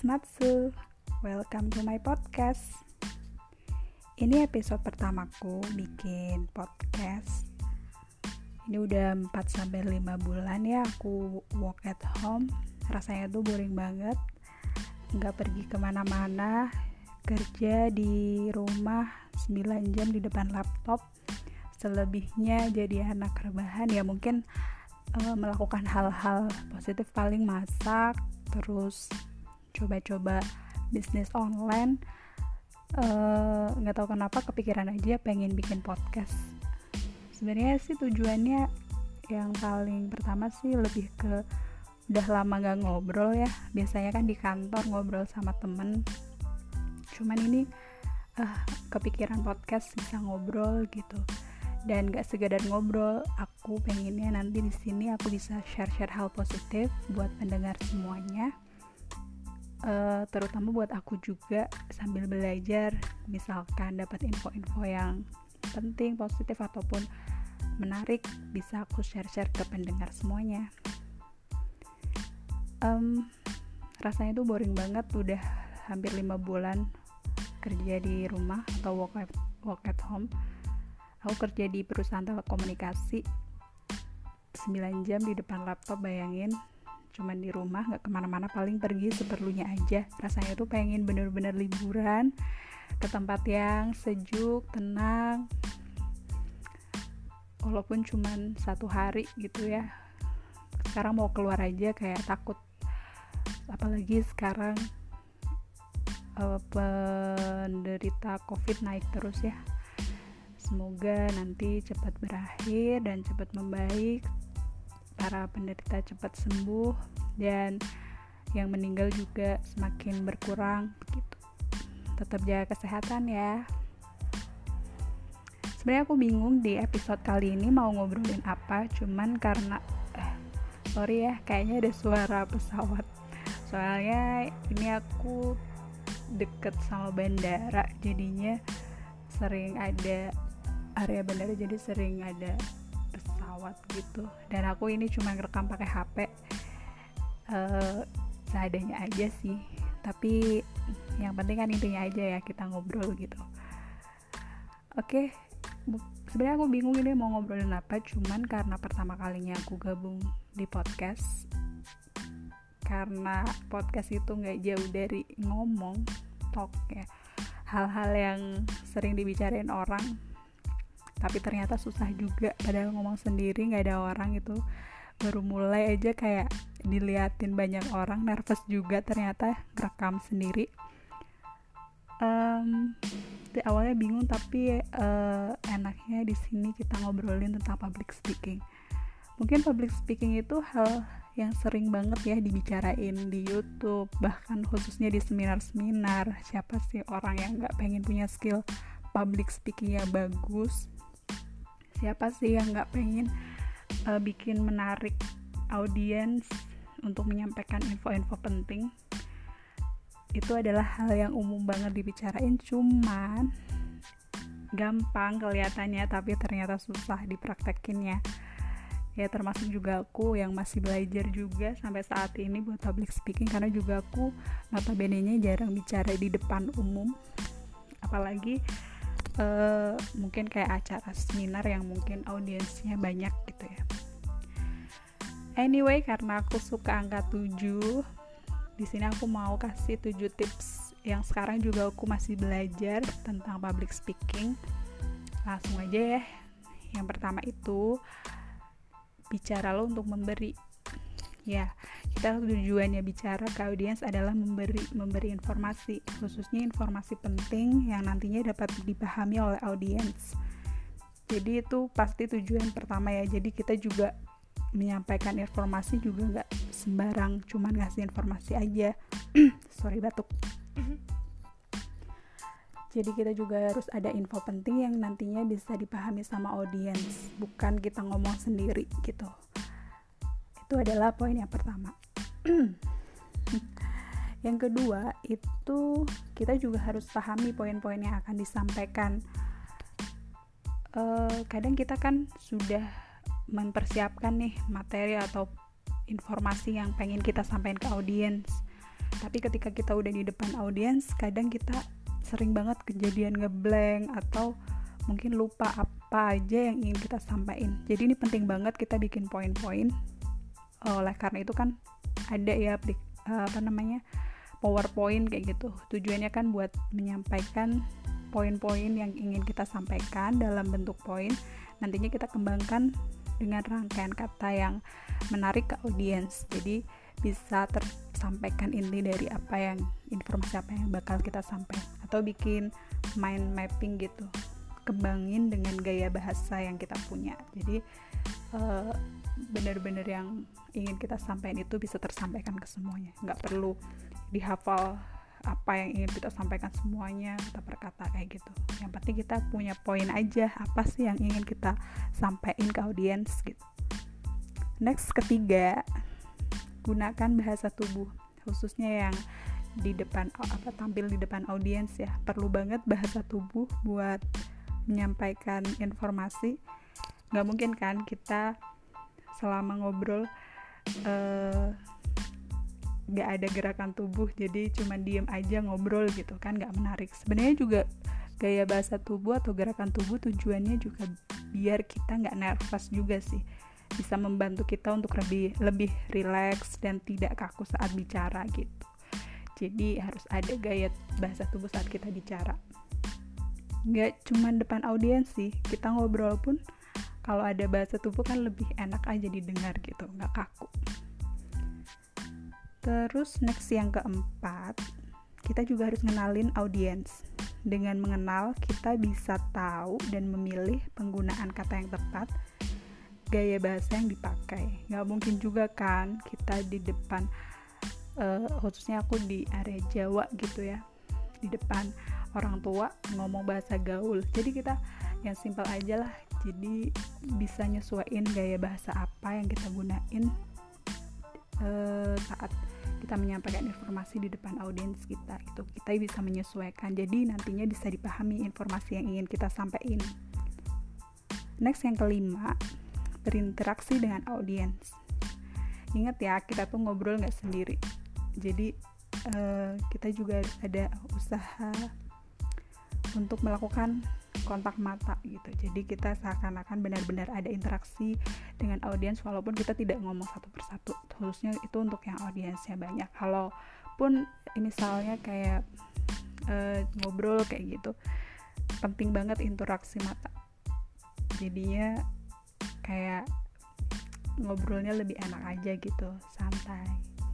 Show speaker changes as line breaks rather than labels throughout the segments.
Natsu, welcome to my podcast. Ini episode pertamaku bikin podcast. Ini udah 4-5 bulan ya aku work at home. Rasanya tuh boring banget, gak pergi kemana-mana, kerja di rumah 9 jam di depan laptop. Selebihnya jadi anak rebahan ya, mungkin melakukan hal-hal positif, paling masak, terus coba-coba bisnis online. Nggak tahu kenapa kepikiran aja pengen bikin podcast. Sebenarnya sih tujuannya yang paling pertama sih lebih ke udah lama nggak ngobrol ya. Biasanya kan di kantor ngobrol sama temen, cuman ini kepikiran podcast bisa ngobrol gitu. Dan gak sekedar ngobrol, aku pengennya nanti di sini aku bisa share hal positif buat pendengar semuanya, terutama buat aku juga sambil belajar. Misalkan dapat info-info yang penting, positif ataupun menarik, bisa aku share ke pendengar semuanya. Rasanya tuh boring banget, udah hampir 5 bulan kerja di rumah atau work at home. Aku kerja di perusahaan telekomunikasi 9 jam di depan laptop, bayangin. Cuman di rumah, gak kemana-mana, paling pergi seperlunya aja. Rasanya tuh pengen bener-bener liburan ke tempat yang sejuk, tenang, walaupun cuman 1 hari gitu ya. Sekarang mau keluar aja kayak takut, apalagi sekarang penderita COVID naik terus ya. Semoga nanti cepat berakhir dan cepat membaik, para penderita cepat sembuh, dan yang meninggal juga semakin berkurang gitu. Tetap jaga kesehatan ya. Sebenarnya aku bingung di episode kali ini mau ngobrolin apa, cuman karena sorry ya, kayaknya ada suara pesawat. Soalnya ini aku deket sama bandara, jadinya sering ada area bandara, jadi sering ada pesawat gitu. Dan aku ini cuma ngerekam pakai HP seadanya aja sih, tapi yang penting kan intinya aja ya, kita ngobrol gitu. Oke, sebenarnya aku bingung ini mau ngobrolin apa, cuman karena pertama kalinya aku gabung di podcast, karena podcast itu nggak jauh dari ngomong, talk ya, hal-hal yang sering dibicarain orang tapi ternyata susah juga, padahal ngomong sendiri gak ada orang itu. Baru mulai aja kayak diliatin banyak orang, nervous juga ternyata ngerekam sendiri. Di awalnya bingung, tapi enaknya di sini kita ngobrolin tentang public speaking. Mungkin public speaking itu hal yang sering banget ya dibicarain di YouTube, bahkan khususnya di seminar-seminar. Siapa sih orang yang gak pengen punya skill public speaking yang bagus? Siapa sih yang gak pengen bikin menarik audiens untuk menyampaikan info-info penting? Itu adalah hal yang umum banget dibicarain, cuman gampang kelihatannya tapi ternyata susah dipraktekinnya. Ya termasuk juga aku yang masih belajar juga sampai saat ini buat public speaking, karena juga aku notabene-nya jarang bicara di depan umum, apalagi mungkin kayak acara seminar yang mungkin audiensnya banyak gitu ya. Anyway, karena aku suka angka 7, di sini aku mau kasih 7 tips yang sekarang juga aku masih belajar tentang public speaking. Langsung aja ya. Yang pertama itu, bicara lo untuk memberi. Ya, kita tujuannya bicara ke audiens adalah memberi informasi, khususnya informasi penting yang nantinya dapat dipahami oleh audiens. Jadi itu pasti tujuan pertama ya. Jadi kita juga menyampaikan informasi juga nggak sembarang cuman ngasih informasi aja. Sorry, batuk. Jadi kita juga harus ada info penting yang nantinya bisa dipahami sama audiens, bukan kita ngomong sendiri gitu. Itu adalah poin yang pertama. Yang kedua itu kita juga harus pahami poin-poin yang akan disampaikan. Kadang kita kan sudah mempersiapkan nih materi atau informasi yang pengen kita sampaikan ke audiens, Tapi ketika kita udah di depan audiens, kadang kita sering banget kejadian ngeblank atau mungkin lupa apa aja yang ingin kita sampaikan. Jadi ini penting banget kita bikin poin-poin. Oleh karena itu kan ada ya PowerPoint kayak gitu. Tujuannya kan buat menyampaikan poin-poin yang ingin kita sampaikan dalam bentuk poin. Nantinya kita kembangkan dengan rangkaian kata yang menarik ke audiens. Jadi bisa tersampaikan inti dari informasi apa yang bakal kita sampaikan, atau bikin mind mapping gitu, kembangin dengan gaya bahasa yang kita punya. Jadi benar-benar yang ingin kita sampaikan itu bisa tersampaikan ke semuanya, nggak perlu dihafal apa yang ingin kita sampaikan semuanya kata per kata kayak gitu. Yang penting kita punya poin aja, apa sih yang ingin kita sampaikan ke audiens gitu. Next, ketiga, gunakan bahasa tubuh, khususnya yang di depan tampil di depan audiens ya. Perlu banget bahasa tubuh buat menyampaikan informasi. Nggak mungkin kan kita selama ngobrol nggak ada gerakan tubuh, jadi cuma diem aja ngobrol gitu kan, nggak menarik. Sebenarnya juga gaya bahasa tubuh atau gerakan tubuh tujuannya juga biar kita nggak nervous juga sih, bisa membantu kita untuk lebih rileks dan tidak kaku saat bicara gitu. Jadi harus ada gaya bahasa tubuh saat kita bicara. Nggak cuma depan audiens sih, kita ngobrol pun kalau ada bahasa tubuh kan lebih enak aja didengar gitu, nggak kaku. Terus next yang keempat, kita juga harus ngenalin audiens. Dengan mengenal, kita bisa tahu dan memilih penggunaan kata yang tepat, gaya bahasa yang dipakai. Nggak mungkin juga kan kita di depan, khususnya aku di area Jawa gitu ya, di depan orang tua ngomong bahasa gaul. Jadi kita yang simpel aja lah, jadi bisa nyesuaiin gaya bahasa apa yang kita gunain saat kita menyampaikan informasi di depan audiens kita gitu. Kita bisa menyesuaikan, jadi nantinya bisa dipahami informasi yang ingin kita sampaikan. Next, yang kelima, berinteraksi dengan audiens. Ingat ya, kita tuh ngobrol nggak sendiri, jadi kita juga harus ada usaha untuk melakukan kontak mata gitu. Jadi kita seakan-akan benar-benar ada interaksi dengan audiens walaupun kita tidak ngomong satu persatu. Khususnya itu untuk yang audiensnya banyak. Kalaupun misalnya kayak ngobrol kayak gitu, penting banget interaksi mata. Jadinya kayak ngobrolnya lebih enak aja gitu, santai.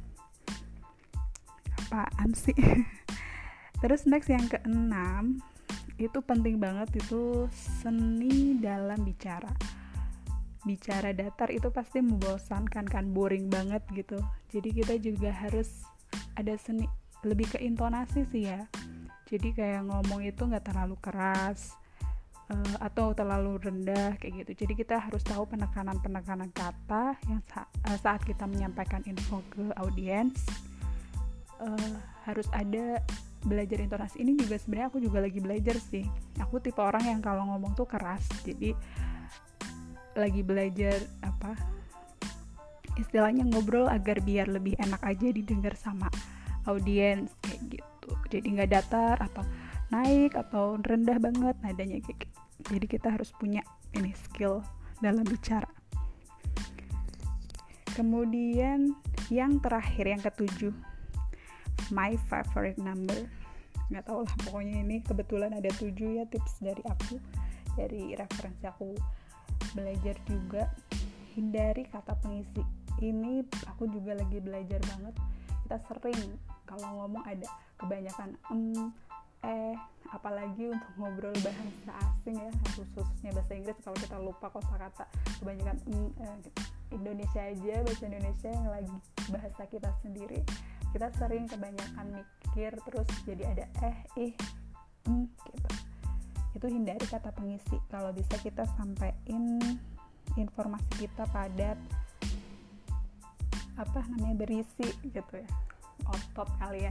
Apaan sih? Terus next yang keenam, itu penting banget, itu seni dalam bicara. Bicara datar itu pasti membosankan kan, boring banget gitu. Jadi kita juga harus ada seni, lebih ke intonasi sih ya. Jadi kayak ngomong itu gak terlalu keras atau terlalu rendah kayak gitu. Jadi kita harus tahu penekanan-penekanan kata yang saat kita menyampaikan info ke audiens. Harus ada belajar intonasi. Ini juga sebenarnya aku juga lagi belajar sih. Aku tipe orang yang kalau ngomong tuh keras, jadi lagi belajar istilahnya ngobrol agar biar lebih enak aja didengar sama audiens kayak gitu. Jadi nggak datar atau naik atau rendah banget nadanya kayak gitu. Jadi kita harus punya ini skill dalam bicara. Kemudian yang terakhir, yang ketujuh, my favorite number. Nggak tahu lah, pokoknya ini kebetulan ada 7 ya tips dari aku, dari referensi aku belajar juga. Hindari kata pengisi. Ini aku juga lagi belajar banget. Kita sering kalau ngomong ada kebanyakan apalagi untuk ngobrol bahasa asing ya, khususnya bahasa Inggris. Kalau kita lupa kosakata, kebanyakan Indonesia aja, bahasa Indonesia yang lagi bahasa kita sendiri, kita sering kebanyakan mikir terus jadi ada gitu. Itu hindari kata pengisi. Kalau bisa kita sampein informasi kita padat, berisi gitu ya, otot kali ya.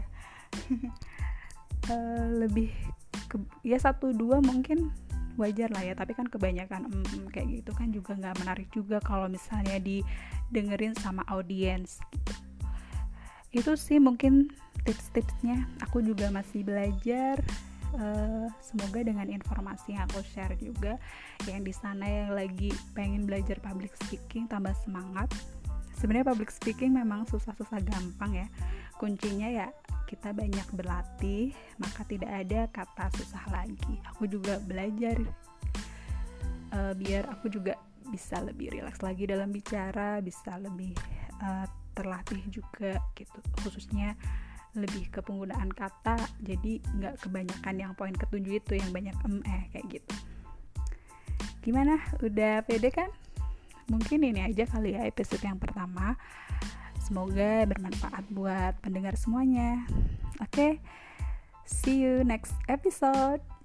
Lebih ya 1-2 mungkin wajar lah ya, tapi kan kebanyakan kayak gitu kan juga nggak menarik juga kalau misalnya didengerin sama audiens gitu. Itu sih mungkin tips-tipsnya. Aku juga masih belajar. Semoga dengan informasi yang aku share juga, yang di sana yang lagi pengen belajar public speaking tambah semangat. Sebenarnya public speaking memang susah-susah gampang ya. Kuncinya ya kita banyak berlatih, maka tidak ada kata susah lagi. Aku juga belajar biar aku juga bisa lebih rileks lagi dalam bicara, bisa lebih terlatih juga gitu, khususnya lebih ke penggunaan kata, jadi nggak kebanyakan yang poin ketujuh itu yang banyak kayak gitu. Gimana? Udah pede kan? Mungkin ini aja kali ya episode yang pertama. Semoga bermanfaat buat pendengar semuanya. Oke, see you next episode.